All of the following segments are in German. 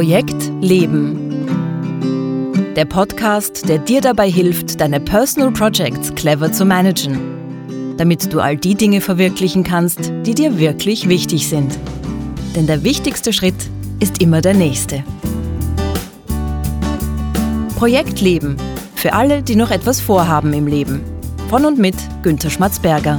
Projekt Leben. Der Podcast, der dir dabei hilft, deine Personal Projects clever zu managen, damit du all die Dinge verwirklichen kannst, die dir wirklich wichtig sind. Denn der wichtigste Schritt ist immer der nächste. Projekt Leben. Für alle, die noch etwas vorhaben im Leben. Von und mit Günther Schmatzberger.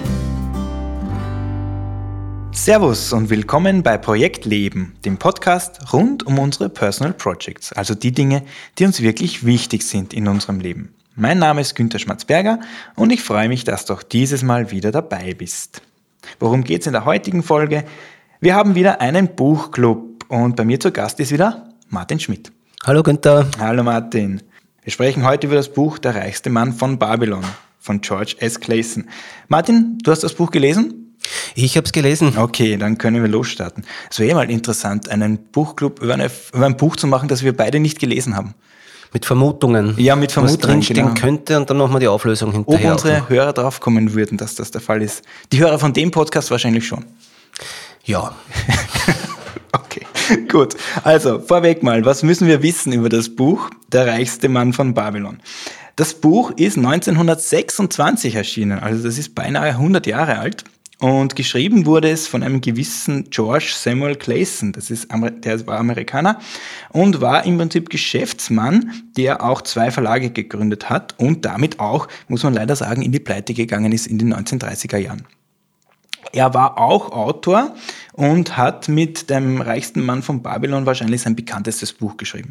Servus und willkommen bei Projekt Leben, dem Podcast rund um unsere Personal Projects, also die Dinge, die uns wirklich wichtig sind in unserem Leben. Mein Name ist Günther Schmatzberger und ich freue mich, dass du auch dieses Mal wieder dabei bist. Worum geht es in der heutigen Folge? Wir haben wieder einen Buchclub und bei mir zu Gast ist wieder Martin Schmidt. Hallo Günther. Hallo Martin. Wir sprechen heute über das Buch Der reichste Mann von Babylon von George S. Clason. Martin, du hast das Buch gelesen? Ich habe es gelesen. Okay, dann können wir losstarten. Es wäre mal interessant, einen Buchclub über ein Buch zu machen, das wir beide nicht gelesen haben. Mit Vermutungen. Ja, mit Vermutungen, was drinstehen genau. könnte und dann machen wir die Auflösung hinterher. Ob unsere Hörer drauf kommen würden, dass das der Fall ist. Die Hörer von dem Podcast wahrscheinlich schon. Ja. Okay, gut. Also, vorweg mal, was müssen wir wissen über das Buch Der reichste Mann von Babylon? Das Buch ist 1926 erschienen, also das ist beinahe 100 Jahre alt. Und geschrieben wurde es von einem gewissen George Samuel Clason. Der war Amerikaner und war im Prinzip Geschäftsmann, der auch 2 Verlage gegründet hat und damit auch, muss man leider sagen, in die Pleite gegangen ist in den 1930er Jahren. Er war auch Autor und hat mit dem reichsten Mann von Babylon wahrscheinlich sein bekanntestes Buch geschrieben.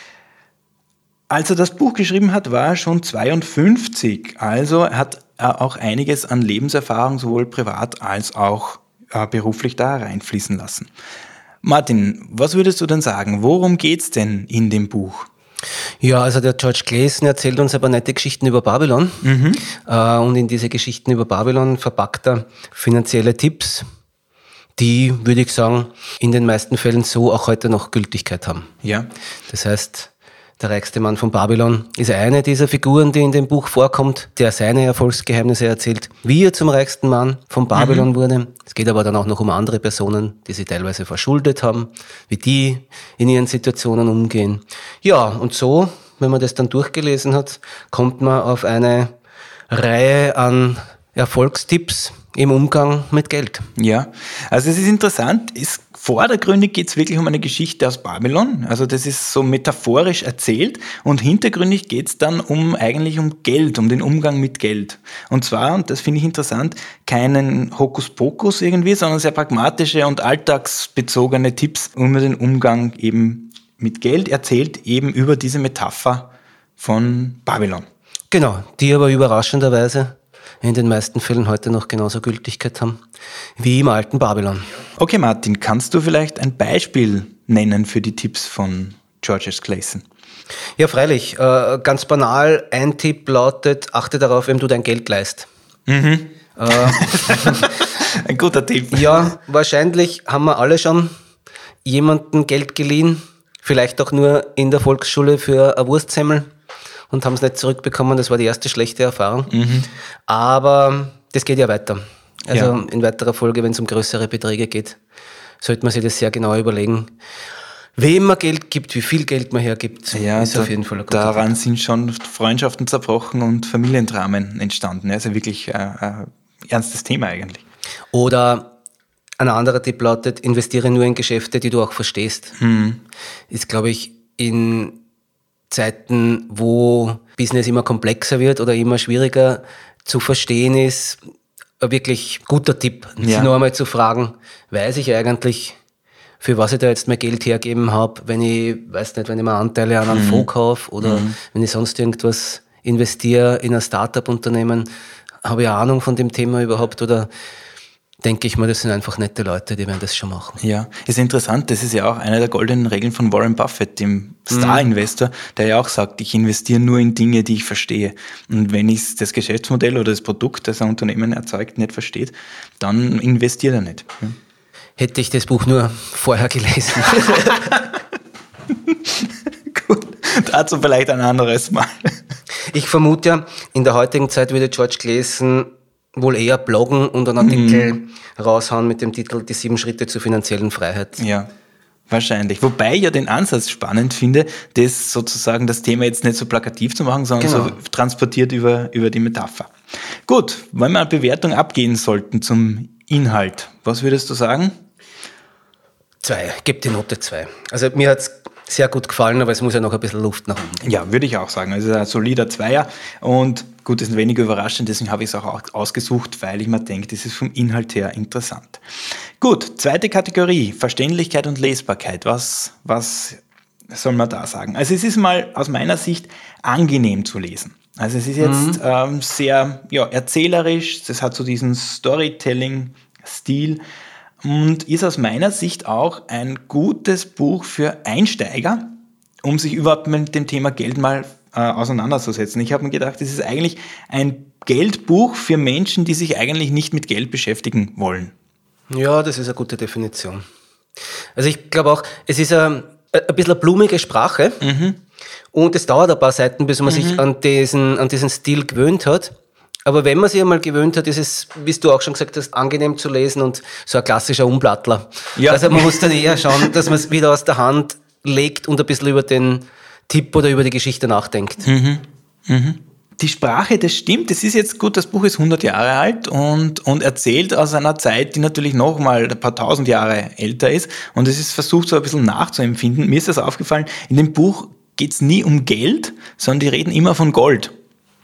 Als er das Buch geschrieben hat, war er schon 52, also er hat auch einiges an Lebenserfahrung, sowohl privat als auch beruflich da reinfließen lassen. Martin, was würdest du denn sagen? Worum geht's denn in dem Buch? Ja, also der George Clason erzählt uns aber nette Geschichten über Babylon. Und in diese Geschichten über Babylon verpackt er finanzielle Tipps, die, würde ich sagen, in den meisten Fällen so auch heute noch Gültigkeit haben. Ja. Das heißt, der reichste Mann von Babylon ist eine dieser Figuren, die in dem Buch vorkommt, der seine Erfolgsgeheimnisse erzählt, wie er zum reichsten Mann von Babylon wurde. Es geht aber dann auch noch um andere Personen, die sie teilweise verschuldet haben, wie die in ihren Situationen umgehen. Ja, und so, wenn man das dann durchgelesen hat, kommt man auf eine Reihe an Erfolgstipps im Umgang mit Geld. Ja, also es ist interessant, vordergründig geht es wirklich um eine Geschichte aus Babylon, also das ist so metaphorisch erzählt und hintergründig geht es dann eigentlich um Geld, um den Umgang mit Geld. Und zwar, und das finde ich interessant, keinen Hokuspokus irgendwie, sondern sehr pragmatische und alltagsbezogene Tipps über den Umgang eben mit Geld, erzählt eben über diese Metapher von Babylon. Genau, die aber überraschenderweise in den meisten Fällen heute noch genauso Gültigkeit haben wie im alten Babylon. Okay, Martin, kannst du vielleicht ein Beispiel nennen für die Tipps von George S. Clason? Ja, freilich. Ganz banal, ein Tipp lautet, achte darauf, wem du dein Geld leihst. Ein guter Tipp. Ja, wahrscheinlich haben wir alle schon jemandem Geld geliehen, vielleicht auch nur in der Volksschule für eine Wurstsemmel. Und haben es nicht zurückbekommen. Das war die erste schlechte Erfahrung. Aber das geht ja weiter. Also in weiterer Folge, wenn es um größere Beträge geht, sollte man sich das sehr genau überlegen. Wem man Geld gibt, wie viel Geld man hergibt, ist auf jeden Fall ein guter daran Tipp. sind schon Freundschaften zerbrochen und Familiendramen entstanden. Also wirklich ein ernstes Thema eigentlich. Oder ein anderer Tipp lautet, investiere nur in Geschäfte, die du auch verstehst. Ist, glaube ich, in Zeiten, wo Business immer komplexer wird oder immer schwieriger zu verstehen ist, ein wirklich guter Tipp, sich nur einmal zu fragen, weiß ich eigentlich, für was ich da jetzt mein Geld hergeben habe, wenn ich mir Anteile an einem Fonds kaufe oder wenn ich sonst irgendwas investiere in ein Startup-Unternehmen, habe ich eine Ahnung von dem Thema überhaupt oder denke ich mal, das sind einfach nette Leute, die werden das schon machen. Ja, ist interessant, das ist ja auch eine der goldenen Regeln von Warren Buffett, dem Star-Investor, der ja auch sagt, ich investiere nur in Dinge, die ich verstehe. Und wenn ich das Geschäftsmodell oder das Produkt, das ein Unternehmen erzeugt, nicht versteht, dann investiert er nicht. Hätte ich das Buch nur vorher gelesen. Gut, dazu vielleicht ein anderes Mal. Ich vermute ja, in der heutigen Zeit würde George Clason wohl eher bloggen und einen Artikel raushauen mit dem Titel Die 7 Schritte zur finanziellen Freiheit. Ja, Wahrscheinlich. Wobei ich ja den Ansatz spannend finde, das sozusagen das Thema jetzt nicht so plakativ zu machen, sondern so transportiert über die Metapher. Gut, wenn wir eine Bewertung abgehen sollten zum Inhalt, was würdest du sagen? 2, gib die Note 2. Also mir hat es sehr gut gefallen, aber es muss ja noch ein bisschen Luft nach unten. Ja, würde ich auch sagen. Also ein solider 2er und gut, das ist weniger überraschend, deswegen habe ich es auch ausgesucht, weil ich mir denke, das ist vom Inhalt her interessant. Gut, zweite Kategorie, Verständlichkeit und Lesbarkeit. Was soll man da sagen? Also es ist mal aus meiner Sicht angenehm zu lesen. Also es ist jetzt sehr erzählerisch, es hat so diesen Storytelling-Stil und ist aus meiner Sicht auch ein gutes Buch für Einsteiger, um sich überhaupt mit dem Thema Geld mal auseinanderzusetzen. Ich habe mir gedacht, es ist eigentlich ein Geldbuch für Menschen, die sich eigentlich nicht mit Geld beschäftigen wollen. Ja, das ist eine gute Definition. Also ich glaube auch, es ist ein bisschen eine blumige Sprache und es dauert ein paar Seiten, bis man sich an diesen Stil gewöhnt hat. Aber wenn man sich einmal gewöhnt hat, ist es, wie du auch schon gesagt hast, angenehm zu lesen und so ein klassischer Umblattler. Ja. Also man muss dann eher schauen, dass man es wieder aus der Hand legt und ein bisschen über den Tipp oder über die Geschichte nachdenkt. Die Sprache, das stimmt, das ist jetzt gut, das Buch ist 100 Jahre alt und erzählt aus einer Zeit, die natürlich noch mal ein paar tausend Jahre älter ist und es ist versucht so ein bisschen nachzuempfinden. Mir ist das aufgefallen, in dem Buch geht es nie um Geld, sondern die reden immer von Gold.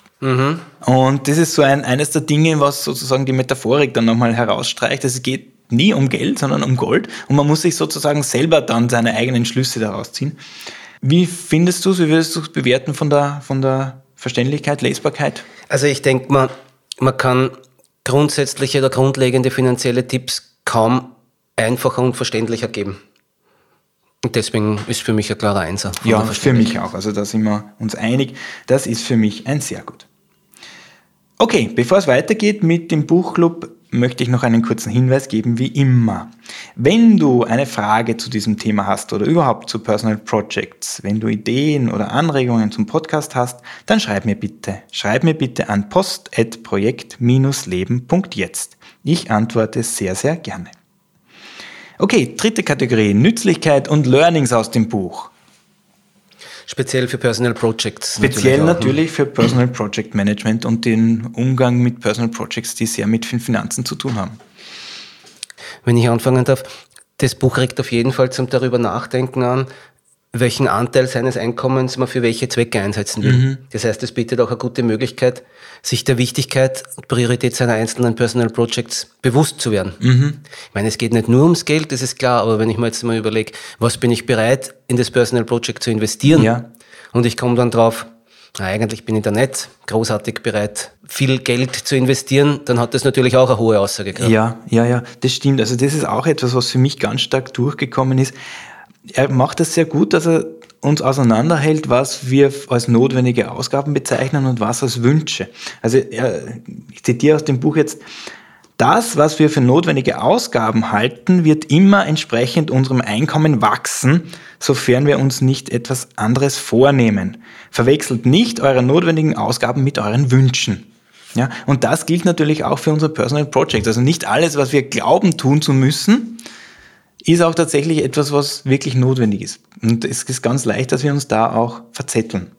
Und das ist so eines der Dinge, was sozusagen die Metaphorik dann nochmal herausstreicht. Es geht nie um Geld, sondern um Gold und man muss sich sozusagen selber dann seine eigenen Schlüsse daraus ziehen. Wie findest du es, wie würdest du es bewerten von der Verständlichkeit, Lesbarkeit? Also ich denke, man kann grundsätzliche oder grundlegende finanzielle Tipps kaum einfacher und verständlicher geben. Und deswegen ist für mich ein klarer Einser. Ja, für mich auch. Also da sind wir uns einig. Das ist für mich ein sehr gut. Okay, bevor es weitergeht mit dem Buchclub, möchte ich noch einen kurzen Hinweis geben, wie immer. Wenn du eine Frage zu diesem Thema hast oder überhaupt zu Personal Projects, wenn du Ideen oder Anregungen zum Podcast hast, dann schreib mir bitte an post@projekt-leben.jetzt. Ich antworte sehr, sehr gerne. Okay, dritte Kategorie, Nützlichkeit und Learnings aus dem Buch. Speziell für Personal Projects. Speziell natürlich für Personal Project Management und den Umgang mit Personal Projects, die sehr mit Finanzen zu tun haben. Wenn ich anfangen darf, das Buch regt auf jeden Fall zum darüber nachdenken an, welchen Anteil seines Einkommens man für welche Zwecke einsetzen will. Das heißt, es bietet auch eine gute Möglichkeit, sich der Wichtigkeit und Priorität seiner einzelnen Personal Projects bewusst zu werden. Ich meine, es geht nicht nur ums Geld, das ist klar, aber wenn ich mir jetzt mal überlege, was bin ich bereit, in das Personal Project zu investieren, und ich komme dann drauf, eigentlich bin ich da nicht großartig bereit, viel Geld zu investieren, dann hat das natürlich auch eine hohe Aussagekraft. Ja, das stimmt. Also das ist auch etwas, was für mich ganz stark durchgekommen ist. Er macht es sehr gut, dass er uns auseinanderhält, was wir als notwendige Ausgaben bezeichnen und was als Wünsche. Also ich zitiere aus dem Buch jetzt, das, was wir für notwendige Ausgaben halten, wird immer entsprechend unserem Einkommen wachsen, sofern wir uns nicht etwas anderes vornehmen. Verwechselt nicht eure notwendigen Ausgaben mit euren Wünschen. Ja, und das gilt natürlich auch für unsere Personal Projects. Also nicht alles, was wir glauben tun zu müssen, ist auch tatsächlich etwas, was wirklich notwendig ist. Und es ist ganz leicht, dass wir uns da auch verzetteln.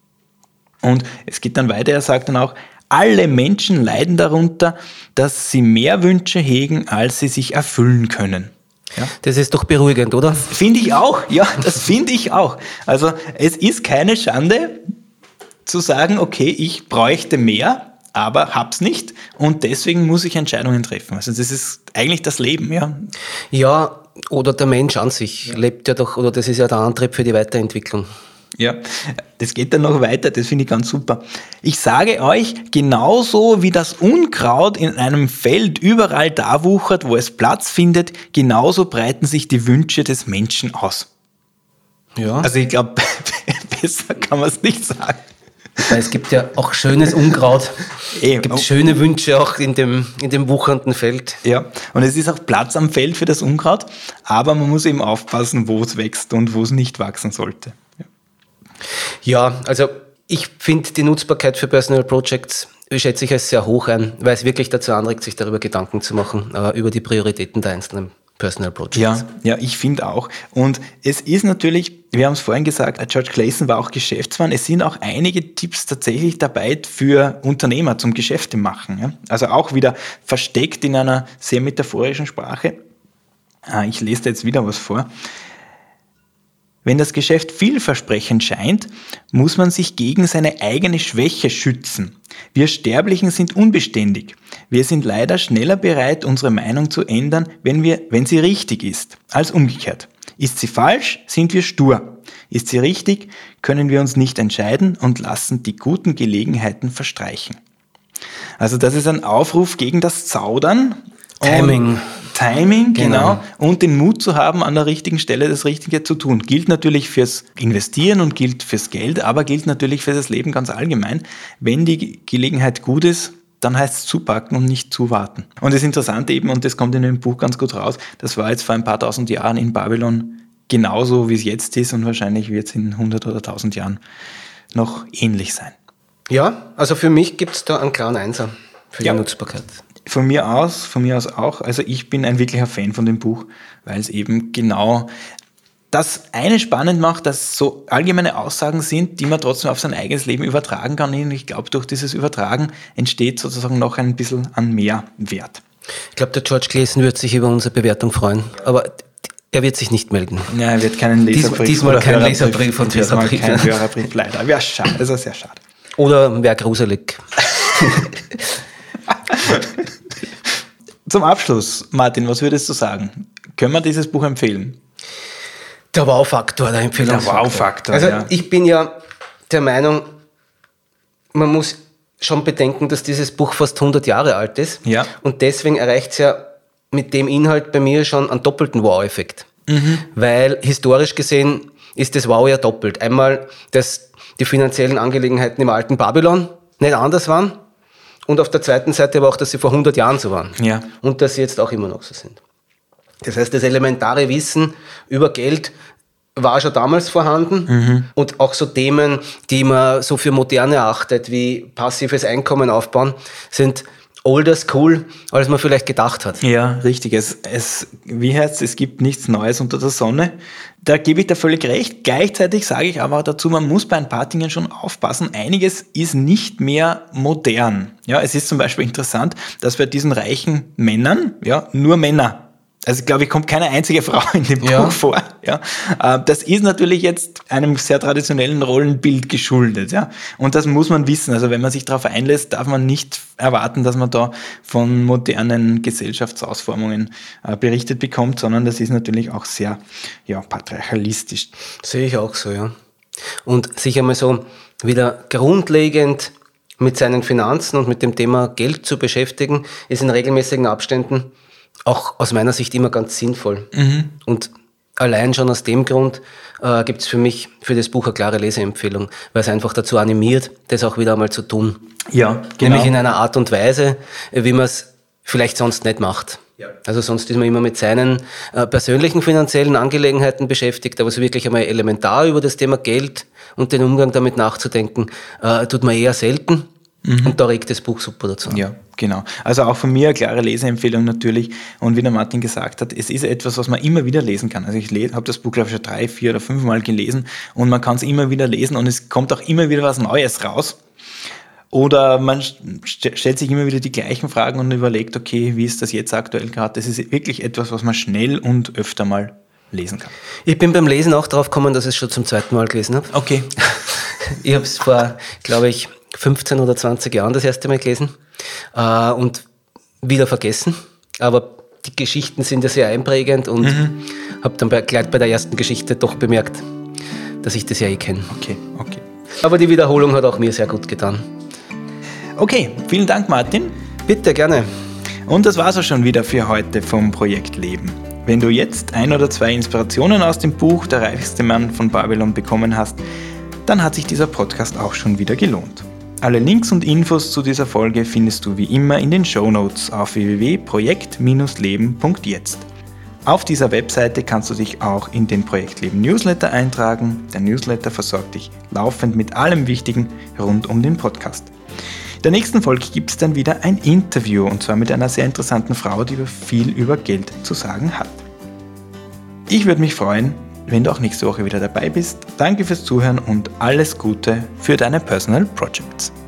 Und es geht dann weiter, er sagt dann auch, alle Menschen leiden darunter, dass sie mehr Wünsche hegen, als sie sich erfüllen können. Ja? Das ist doch beruhigend, oder? Finde ich auch, ja, das finde ich auch. Also es ist keine Schande zu sagen, okay, ich bräuchte mehr, aber hab's nicht und deswegen muss ich Entscheidungen treffen. Also das ist eigentlich das Leben, ja. Ja, oder der Mensch an sich lebt ja doch, oder das ist ja der Antrieb für die Weiterentwicklung. Ja, das geht dann noch weiter, das finde ich ganz super. Ich sage euch, genauso wie das Unkraut in einem Feld überall da wuchert, wo es Platz findet, genauso breiten sich die Wünsche des Menschen aus. Ja. Also ich glaube, besser kann man es nicht sagen. Weil es gibt ja auch schönes Unkraut. Es gibt schöne Wünsche auch in dem wuchernden Feld. Ja, und es ist auch Platz am Feld für das Unkraut, aber man muss eben aufpassen, wo es wächst und wo es nicht wachsen sollte. Ja, also ich finde die Nutzbarkeit für Personal Projects schätze ich als sehr hoch ein, weil es wirklich dazu anregt, sich darüber Gedanken zu machen, über die Prioritäten der einzelnen Personal Projects. Ja, ich finde auch. Und es ist natürlich, wir haben es vorhin gesagt, George Clason war auch Geschäftsmann. Es sind auch einige Tipps tatsächlich dabei für Unternehmer zum Geschäfte machen. Ja? Also auch wieder versteckt in einer sehr metaphorischen Sprache. Ich lese da jetzt wieder was vor. Wenn das Geschäft vielversprechend scheint, muss man sich gegen seine eigene Schwäche schützen. Wir Sterblichen sind unbeständig. Wir sind leider schneller bereit, unsere Meinung zu ändern, wenn sie richtig ist, als umgekehrt. Ist sie falsch, sind wir stur. Ist sie richtig, können wir uns nicht entscheiden und lassen die guten Gelegenheiten verstreichen. Also das ist ein Aufruf gegen das Zaudern. Timing, genau. Und den Mut zu haben, an der richtigen Stelle das Richtige zu tun. Gilt natürlich fürs Investieren und gilt fürs Geld, aber gilt natürlich für das Leben ganz allgemein. Wenn die Gelegenheit gut ist, dann heißt es zupacken und nicht zuwarten. Und das Interessante eben, und das kommt in dem Buch ganz gut raus, das war jetzt vor ein paar tausend Jahren in Babylon genauso, wie es jetzt ist, und wahrscheinlich wird es in 100 oder 1000 Jahren noch ähnlich sein. Ja, also für mich gibt es da einen klaren Einser für die Nutzbarkeit. Von mir aus auch. Also ich bin ein wirklicher Fan von dem Buch, weil es eben genau das eine spannend macht, dass so allgemeine Aussagen sind, die man trotzdem auf sein eigenes Leben übertragen kann. Und ich glaube, durch dieses Übertragen entsteht sozusagen noch ein bisschen an Mehrwert. Ich glaube, der George Clason wird sich über unsere Bewertung freuen, aber er wird sich nicht melden. Ja, er wird keinen Leserbrief. Diesmal kein Leserbrief und Hörerbrief. Kein Hörerbrief, leider. Wäre schade, also sehr schade. Oder wäre gruselig. Zum Abschluss, Martin, was würdest du sagen? Können wir dieses Buch empfehlen? Der Wow-Faktor, der Empfehlungsfaktor. Der Wow-Faktor, also ich bin ja der Meinung, man muss schon bedenken, dass dieses Buch fast 100 Jahre alt ist. Ja. Und deswegen erreicht es ja mit dem Inhalt bei mir schon einen doppelten Wow-Effekt. Weil historisch gesehen ist das Wow ja doppelt. Einmal, dass die finanziellen Angelegenheiten im alten Babylon nicht anders waren. Und auf der zweiten Seite aber auch, dass sie vor 100 Jahren so waren. Ja. Und dass sie jetzt auch immer noch so sind. Das heißt, das elementare Wissen über Geld war schon damals vorhanden. Und auch so Themen, die man so für modern erachtet, wie passives Einkommen aufbauen, sind older school, als man vielleicht gedacht hat. Ja, richtig. Es gibt nichts Neues unter der Sonne. Da gebe ich dir völlig recht. Gleichzeitig sage ich aber dazu, man muss bei ein paar Dingen schon aufpassen. Einiges ist nicht mehr modern. Ja, es ist zum Beispiel interessant, dass bei diesen reichen Männern, ja, nur Männer, also glaube ich, kommt keine einzige Frau in dem Buch vor. Ja. Das ist natürlich jetzt einem sehr traditionellen Rollenbild geschuldet. Ja. Und das muss man wissen. Also wenn man sich darauf einlässt, darf man nicht erwarten, dass man da von modernen Gesellschaftsausformungen berichtet bekommt, sondern das ist natürlich auch sehr patriarchalistisch. Sehe ich auch so, ja. Und sich einmal so wieder grundlegend mit seinen Finanzen und mit dem Thema Geld zu beschäftigen, ist in regelmäßigen Abständen auch aus meiner Sicht immer ganz sinnvoll. Und allein schon aus dem Grund gibt es für mich für das Buch eine klare Leseempfehlung, weil es einfach dazu animiert, das auch wieder einmal zu tun. Ja, genau. Nämlich in einer Art und Weise, wie man es vielleicht sonst nicht macht. Ja. Also sonst ist man immer mit seinen persönlichen finanziellen Angelegenheiten beschäftigt, aber so wirklich einmal elementar über das Thema Geld und den Umgang damit nachzudenken, tut man eher selten. Und da regt das Buch super dazu an. Ja, genau. Also auch von mir eine klare Leseempfehlung natürlich. Und wie der Martin gesagt hat, es ist etwas, was man immer wieder lesen kann. Also ich habe das Buch, glaube ich, schon 3, 4 oder 5 Mal gelesen und man kann es immer wieder lesen und es kommt auch immer wieder was Neues raus. Oder man stellt sich immer wieder die gleichen Fragen und überlegt, okay, wie ist das jetzt aktuell gerade? Das ist wirklich etwas, was man schnell und öfter mal lesen kann. Ich bin beim Lesen auch drauf gekommen, dass ich es schon zum 2. Mal gelesen habe. Okay. Ich habe es vor, glaube ich, 15 oder 20 Jahren das erste Mal gelesen und wieder vergessen. Aber die Geschichten sind ja sehr einprägend und habe dann gleich bei der ersten Geschichte doch bemerkt, dass ich das ja kenne. Okay. Aber die Wiederholung hat auch mir sehr gut getan. Okay, vielen Dank, Martin. Bitte, gerne. Und das war's auch schon wieder für heute vom Projekt Leben. Wenn du jetzt 1 oder 2 Inspirationen aus dem Buch Der reichste Mann von Babylon bekommen hast, dann hat sich dieser Podcast auch schon wieder gelohnt. Alle Links und Infos zu dieser Folge findest du wie immer in den Shownotes auf www.projekt-leben.jetzt. Auf dieser Webseite kannst du dich auch in den Projekt Leben Newsletter eintragen. Der Newsletter versorgt dich laufend mit allem Wichtigen rund um den Podcast. In der nächsten Folge gibt es dann wieder ein Interview und zwar mit einer sehr interessanten Frau, die viel über Geld zu sagen hat. Ich würde mich freuen, wenn du auch nächste Woche wieder dabei bist. Danke fürs Zuhören und alles Gute für deine Personal Projects.